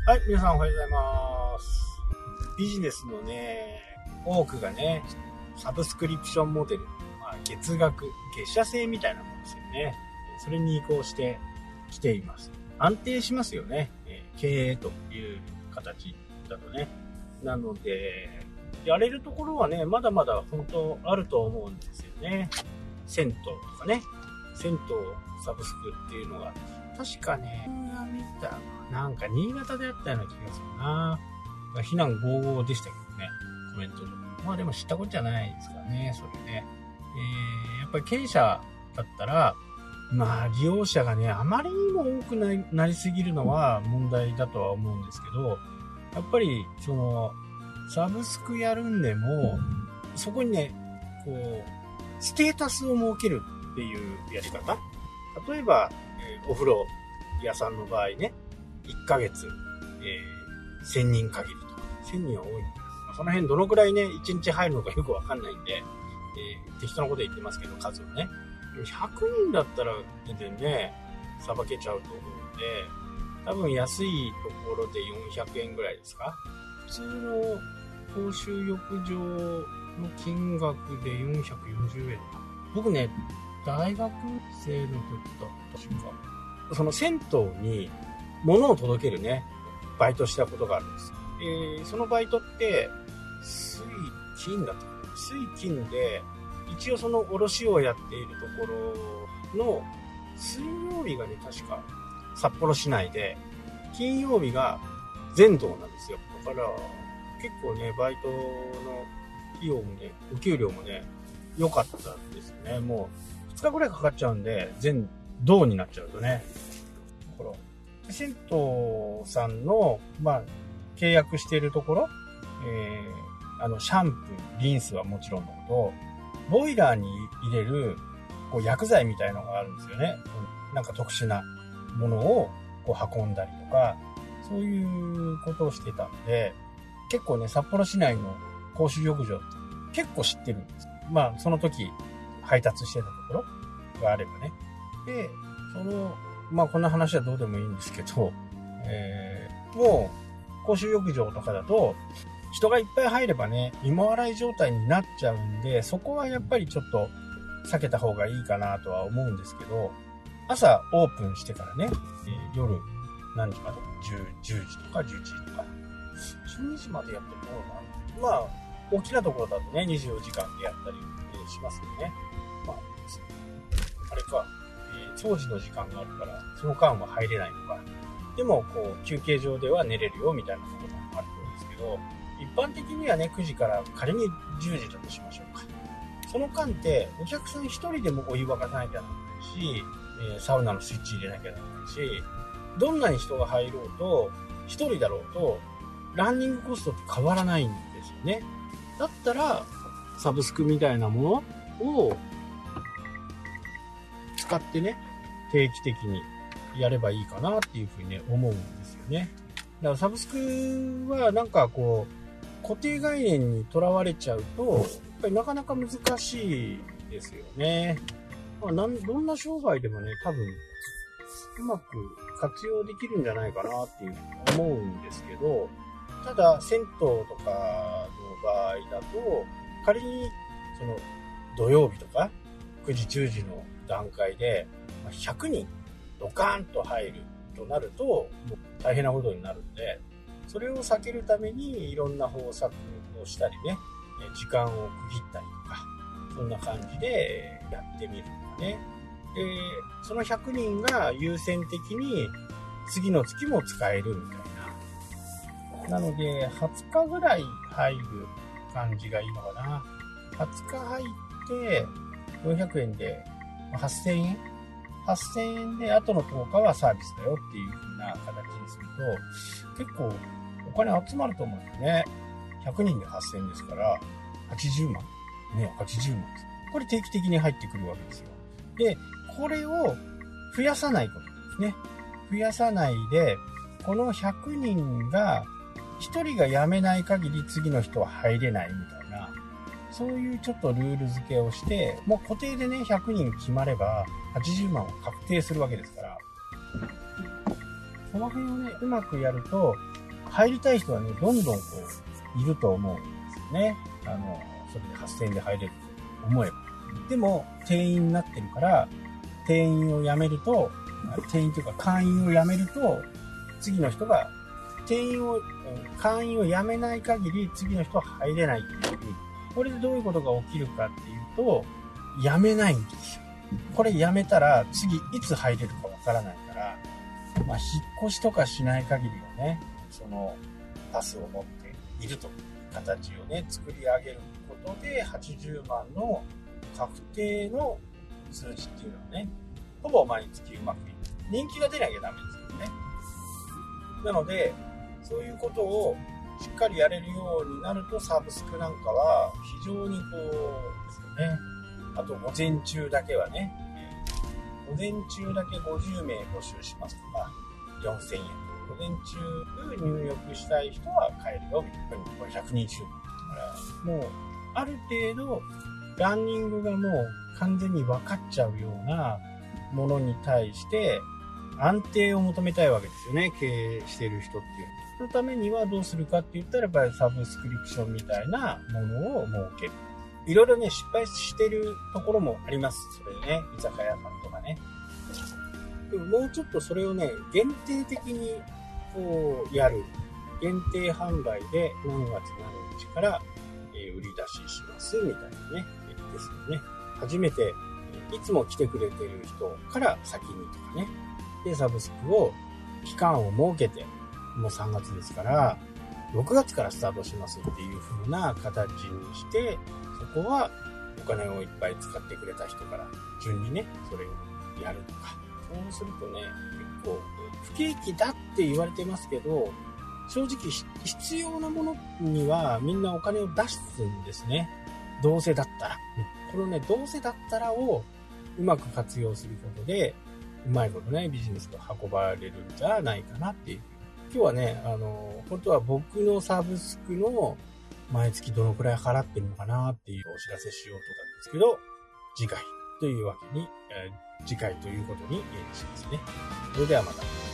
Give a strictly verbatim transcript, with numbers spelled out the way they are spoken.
はい、皆さんおはようございます。ビジネスのね、多くがね、サブスクリプションモデル、まあ、月額、月謝制みたいなものですよね。それに移行してきています。安定しますよね。経営という形だとね。なので、やれるところはね、まだまだ本当あると思うんですよね。銭湯とかね。銭湯サブスクっていうのが、確かね、見たなんか新潟であったような気がするな。避難ごーごーでしたけどね、コメントで。まあでも知ったことじゃないですからね、それね。えー、やっぱり経営者だったら、まあ利用者がね、あまりにも多くなり、なりすぎるのは問題だとは思うんですけど、やっぱりその、サブスクやるんでも、そこにね、こう、ステータスを設けるっていうやり方。例えば、えー、お風呂屋さんの場合ね、いっかげつ、えー、せんにん限りとか、せんにんは多いんだ。その辺どのくらいね、いちにち入るのかよくわかんないんで、えー、適当なこと言ってますけど、数をね。ひゃくにんだったら全然ね、さばけちゃうと思うんで、多分安いところでよんひゃくえんぐらいですか。普通の公衆浴場の金額でよんひゃくよんじゅうえん。僕ね、大学生の時だったしか、その銭湯に物を届けるね、バイトしたことがあるんです。えー、そのバイトって、水金だったかな。水金で、一応その卸をやっているところの、水曜日がね、確か札幌市内で、金曜日が全道なんですよ。だから、結構ね、バイトの費用もね、お給料もね、良かったですね。もう、ふつかぐらいかかっちゃうんで、全道になっちゃうとね。だから銭湯さんの、まあ、契約しているところ、えー、あの、シャンプー、リンスはもちろんのこと、ボイラーに入れる、こう、薬剤みたいのがあるんですよね。なんか特殊なものを、こう、運んだりとか、そういうことをしてたんで、結構ね、札幌市内の公衆浴場って結構知ってるんです。まあ、その時、配達してたところがあればね。で、その、まあ、こんな話はどうでもいいんですけど、えー、もう、公衆浴場とかだと、人がいっぱい入ればね、芋洗い状態になっちゃうんで、そこはやっぱりちょっと避けた方がいいかなとは思うんですけど、朝オープンしてからね、えー、夜何時まで 10, 10時とかじゅういちじとか、じゅうにじまでやってもどうなの？まあ、大きなところだとね、にじゅうよじかんでやったりしますよね。まあ、あれか、えー、掃除の時間があるから、その間は入れないのか。でも、こう、休憩所では寝れるよ、みたいなこともあるんですけど、一般的にはね、くじから仮にじゅうじだとしましょうか。その間って、お客さん一人でもお湯沸かさなきゃならないし、えー、サウナのスイッチ入れなきゃならないし、どんなに人が入ろうと、一人だろうと、ランニングコストって変わらないんですよね。だったら、サブスクみたいなものを使ってね、定期的にやればいいかなっていうふうにね、思うんですよね。だからサブスクはなんかこう、固定概念にとらわれちゃうと、やっぱりなかなか難しいですよね。まあ、なんどんな商売でもね、多分、うまく活用できるんじゃないかなっていうふうに思うんですけど、ただ、銭湯とかの場合だと、仮に、その、土曜日とか、くじ、じゅうじの段階で、ひゃくにんドカーンと入るとなると、もう大変なことになるんで、それを避けるためにいろんな方策をしたりね、時間を区切ったりとか、そんな感じでやってみるとかね。で、そのひゃくにんが優先的に次の月も使えるみたいな。なので、はつかぐらい入る感じがいいのかな。はつか入ってよんひゃくえんではっせんえんはっせんえんで後のとおかはサービスだよっていう風な形にすると、結構お金集まると思うんですね。ひゃくにんではっせんえんですから、はちじゅうまん。ね、はちじゅうまんです。これ定期的に入ってくるわけですよ。で、これを増やさないことですね。増やさないで、このひゃくにんが、ひとりが辞めない限り次の人は入れないみたいな、そういうちょっとルール付けをして、もう固定でね、ひゃくにん決まれば、はちじゅうまんは確定するわけですから。 その辺をね、うまくやると、入りたい人はね、どんどんこう、いると思うんですよね。あの、それではっせんえんで入れると思えば。でも、定員になってるから、定員を辞めると、定員というか会員を辞めると、次の人が、定員を、会員を辞めない限り、次の人は入れないっていう。これでどういうことが起きるかっていうと、辞めないんですよ。これ辞めたら、次いつ入れるかわからないから、まあ、引っ越しとかしない限りはね、そのパスを持っているという形をね、作り上げることで、はちじゅうまんの確定の数字っていうのはね、ほぼ毎月うまくいく。人気が出なきゃダメですけどね。なので、そういうことをしっかりやれるようになると、サブスクなんかは非常にこうですよね。あと午前中だけはね、午前中だけごじゅうめい募集しますとか、よんせんえん。午前中入浴したい人は買えるよみたいな。これひゃくにん集だから、もうある程度ランニングがもう完全に分かっちゃうようなものに対して安定を求めたいわけですよね。経営している人っていう。そのためにはどうするかって言ったら、やっぱりサブスクリプションみたいなものを設ける。いろいろね、失敗してるところもあります。それでね、居酒屋さんとかね。でももうちょっとそれをね、限定的にこうやる。限定販売で何月何日から、えー、売り出ししますみたいなね。ですよね。初めていつも来てくれてる人から先にとかね。で、サブスクを期間を設けて、もうさんがつですから、ろくがつからスタートしますっていう風な形にして、そこはお金をいっぱい使ってくれた人から順にね、それをやるとか。そうするとね、結構不景気だって言われてますけど、正直必要なものにはみんなお金を出すんですね。どうせだったら。このね、どうせだったらをうまく活用することで、うまいことね、ビジネスが運ばれるんじゃないかなっていう。今日はね、あの、本当は僕のサブスクの毎月どのくらい払ってるのかなっていうお知らせしようと思ったんですけど、次回というわけに、えー、次回ということにしますね。それではまた。